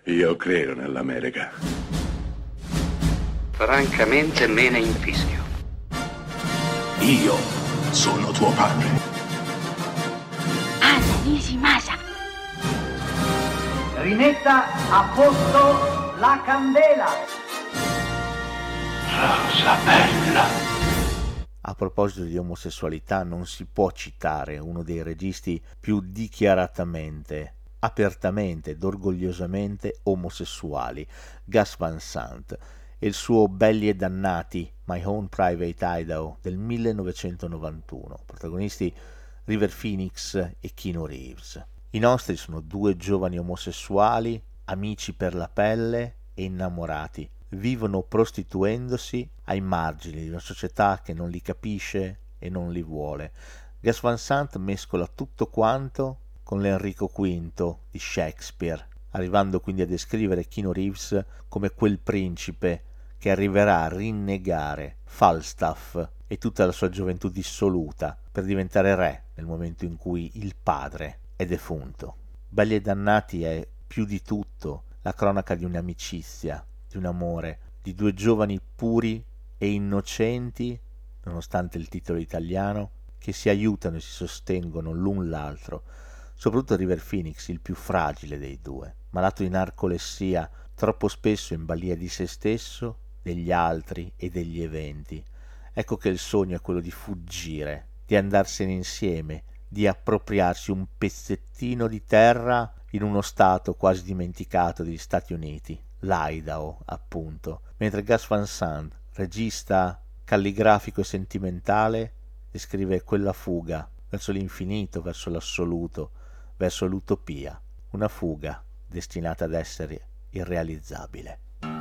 Io credo nell'America. Francamente me ne infischio. Io sono tuo padre. Anna Nishimasa. Rimetta a posto la candela. Rosa bella. A proposito di omosessualità, non si può citare uno dei registi più dichiaratamente, apertamente ed orgogliosamente omosessuali, Gus Van Sant, e il suo Belli e Dannati, My Own Private Idaho del 1991, protagonisti River Phoenix e Keanu Reeves. I nostri sono due giovani omosessuali, amici per la pelle e innamorati. Vivono prostituendosi ai margini di una società che non li capisce e non li vuole. Gus Van Sant mescola tutto quanto con l'Enrico V di Shakespeare, arrivando quindi a descrivere Keanu Reeves come quel principe che arriverà a rinnegare Falstaff e tutta la sua gioventù dissoluta per diventare re nel momento in cui il padre è defunto. Belli e Dannati è più di tutto la cronaca di un'amicizia, di un amore, di due giovani puri e innocenti, nonostante il titolo italiano, che si aiutano e si sostengono l'un l'altro, soprattutto River Phoenix, il più fragile dei due, malato di narcolessia, troppo spesso in balia di se stesso, degli altri e degli eventi. Ecco che il sogno è quello di fuggire, di andarsene insieme, di appropriarsi un pezzettino di terra in uno stato quasi dimenticato degli Stati Uniti, l'Idaho appunto, mentre Gus Van Sant, regista calligrafico e sentimentale, descrive quella fuga verso l'infinito, verso l'assoluto, verso l'utopia, una fuga destinata ad essere irrealizzabile.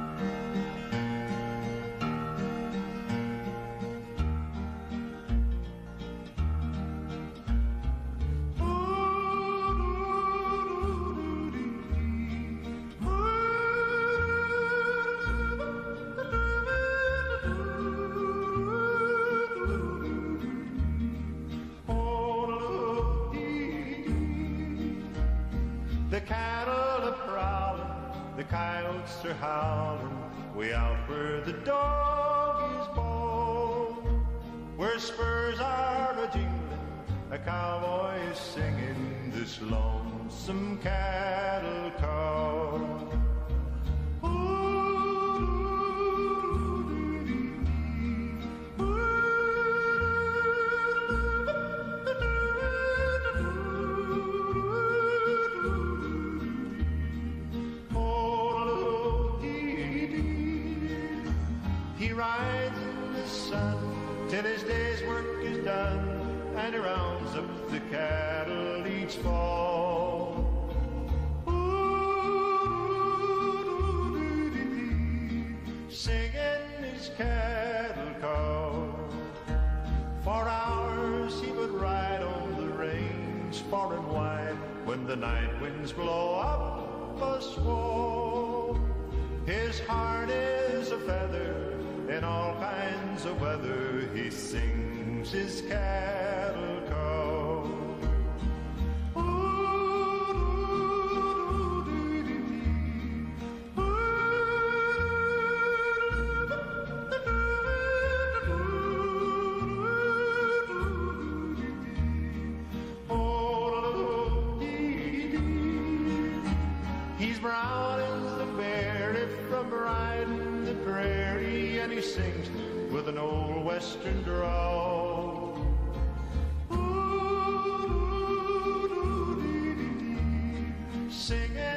The cattle are prowling, the coyotes are howling, way out where the dog is born, where spurs are a jingling, a cowboy is singing this lonesome cattle call. He rides in the sun till his day's work is done, and he rounds up the cattle each fall. Singing his cattle call. For hours he would ride on the range far and wide, when the night winds blow up a squall. His heart is a feather in all kinds of weather, he sings his cattle call. He's brown as the berry from riding the prairie, and he sings with an old western drawl. Singing